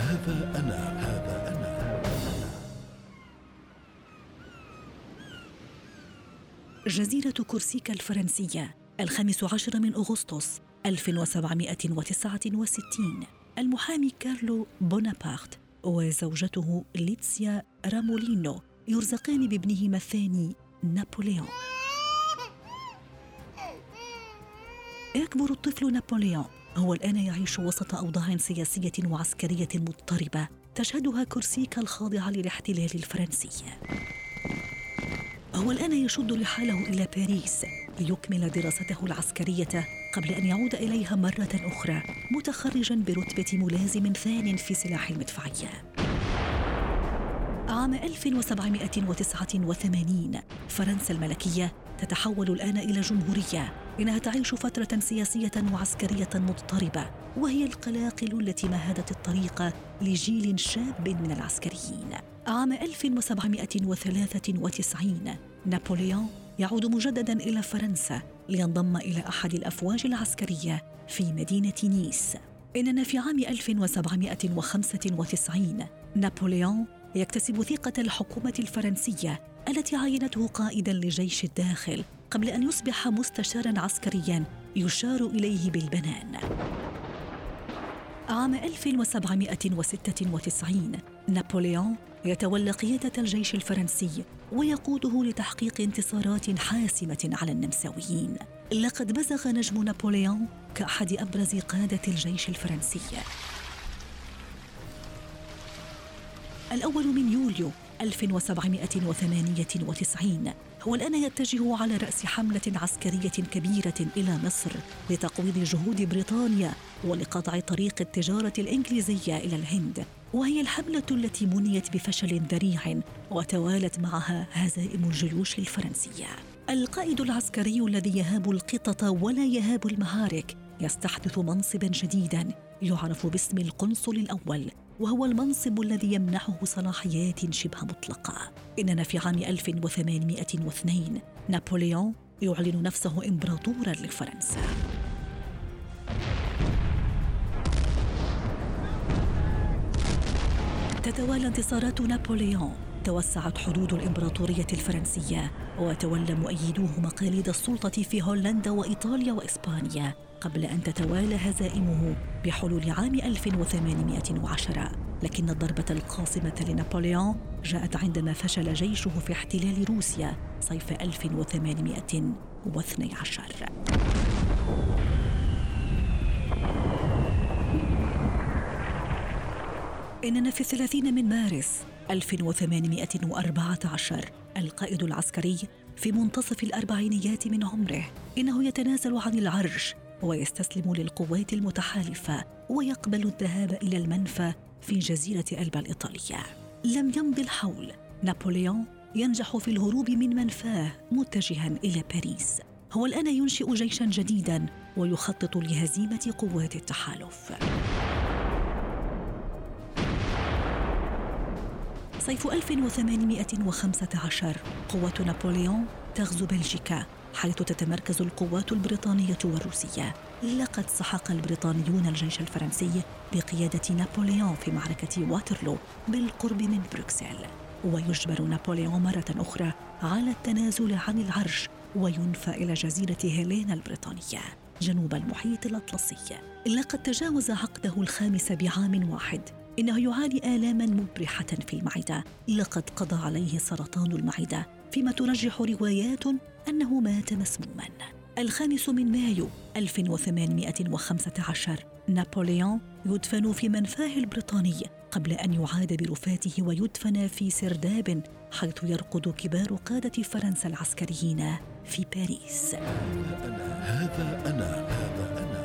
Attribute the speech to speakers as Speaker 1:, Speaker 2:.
Speaker 1: هذا أنا.
Speaker 2: جزيرة كورسيكا الفرنسية 15 من أغسطس 1769. المحامي كارلو بونابرت وزوجته ليتسيا رامولينو يرزقان بابنهما الثاني نابليون. يكبر الطفل نابليون. هو الآن يعيش وسط أوضاع سياسية وعسكرية مضطربة تشهدها كورسيكا الخاضعة للاحتلال الفرنسي. هو الآن يشد رحاله إلى باريس ليكمل دراسته العسكرية قبل أن يعود إليها مرة أخرى متخرجاً برتبة ملازم ثان في سلاح المدفعية. عام 1789 فرنسا الملكية تتحول الآن إلى جمهورية. إنها تعيش فترة سياسية وعسكرية مضطربة، وهي القلاقل التي مهدت الطريق لجيل شاب من العسكريين. عام 1793 نابليون يعود مجدداً إلى فرنسا لينضم إلى أحد الأفواج العسكرية في مدينة نيس. إننا في عام 1795 نابليون يكتسب ثقة الحكومة الفرنسية التي عينته قائداً لجيش الداخل قبل أن يصبح مستشاراً عسكرياً يشار إليه بالبنان. عام 1796 نابليون يتولى قيادة الجيش الفرنسي ويقوده لتحقيق انتصارات حاسمة على النمساويين. لقد بزغ نجم نابليون كأحد أبرز قادة الجيش الفرنسي. الأول من يوليو 1798 هو الآن يتجه على رأس حملة عسكرية كبيرة إلى مصر لتقويض جهود بريطانيا ولقطع طريق التجارة الإنجليزية إلى الهند، وهي الحملة التي منيت بفشل ذريع وتوالت معها هزائم الجيوش الفرنسية. القائد العسكري الذي يهاب القطط ولا يهاب المعارك يستحدث منصباً جديداً يعرف باسم القنصل الأول، وهو المنصب الذي يمنحه صلاحيات شبه مطلقة. إننا في عام 1802 نابليون يعلن نفسه إمبراطوراً لفرنسا. تتوالى انتصارات نابليون، توسعت حدود الإمبراطورية الفرنسية، وتولى مؤيدوه مقاليد السلطة في هولندا وإيطاليا وإسبانيا، قبل أن تتوالى هزائمه بحلول عام 1810. لكن الضربة القاصمة لنابليون جاءت عندما فشل جيشه في احتلال روسيا صيف 1812. إننا في 30 من مارس 1814 القائد العسكري في منتصف الأربعينيات من عمره إنه يتنازل عن العرش ويستسلم للقوات المتحالفة ويقبل الذهاب إلى المنفى في جزيرة ألبا الإيطالية. لم يمض الحول، نابليون ينجح في الهروب من منفاه متجها إلى باريس. هو الآن ينشئ جيشا جديدا ويخطط لهزيمة قوات التحالف. صيف 1815 قوات نابليون تغزو بلجيكا، حيث تتمركز القوات البريطانية والروسية. لقد سحق البريطانيون الجيش الفرنسي بقيادة نابليون في معركة واترلو بالقرب من بروكسل، ويجبر نابليون مرة أخرى على التنازل عن العرش وينفى إلى جزيرة هيلينا البريطانية جنوب المحيط الأطلسي. لقد تجاوز عقده الخامس بعام واحد. إنه يعاني آلاما مبرحة في المعدة. لقد قضى عليه سرطان المعدة، فيما ترجح روايات أنه مات مسموما. 5 من مايو 1815 نابليون يدفن في منفاه البريطاني قبل أن يعاد برفاته ويدفن في سرداب، حيث يرقد كبار قادة فرنسا العسكريين في باريس.
Speaker 1: هذا أنا.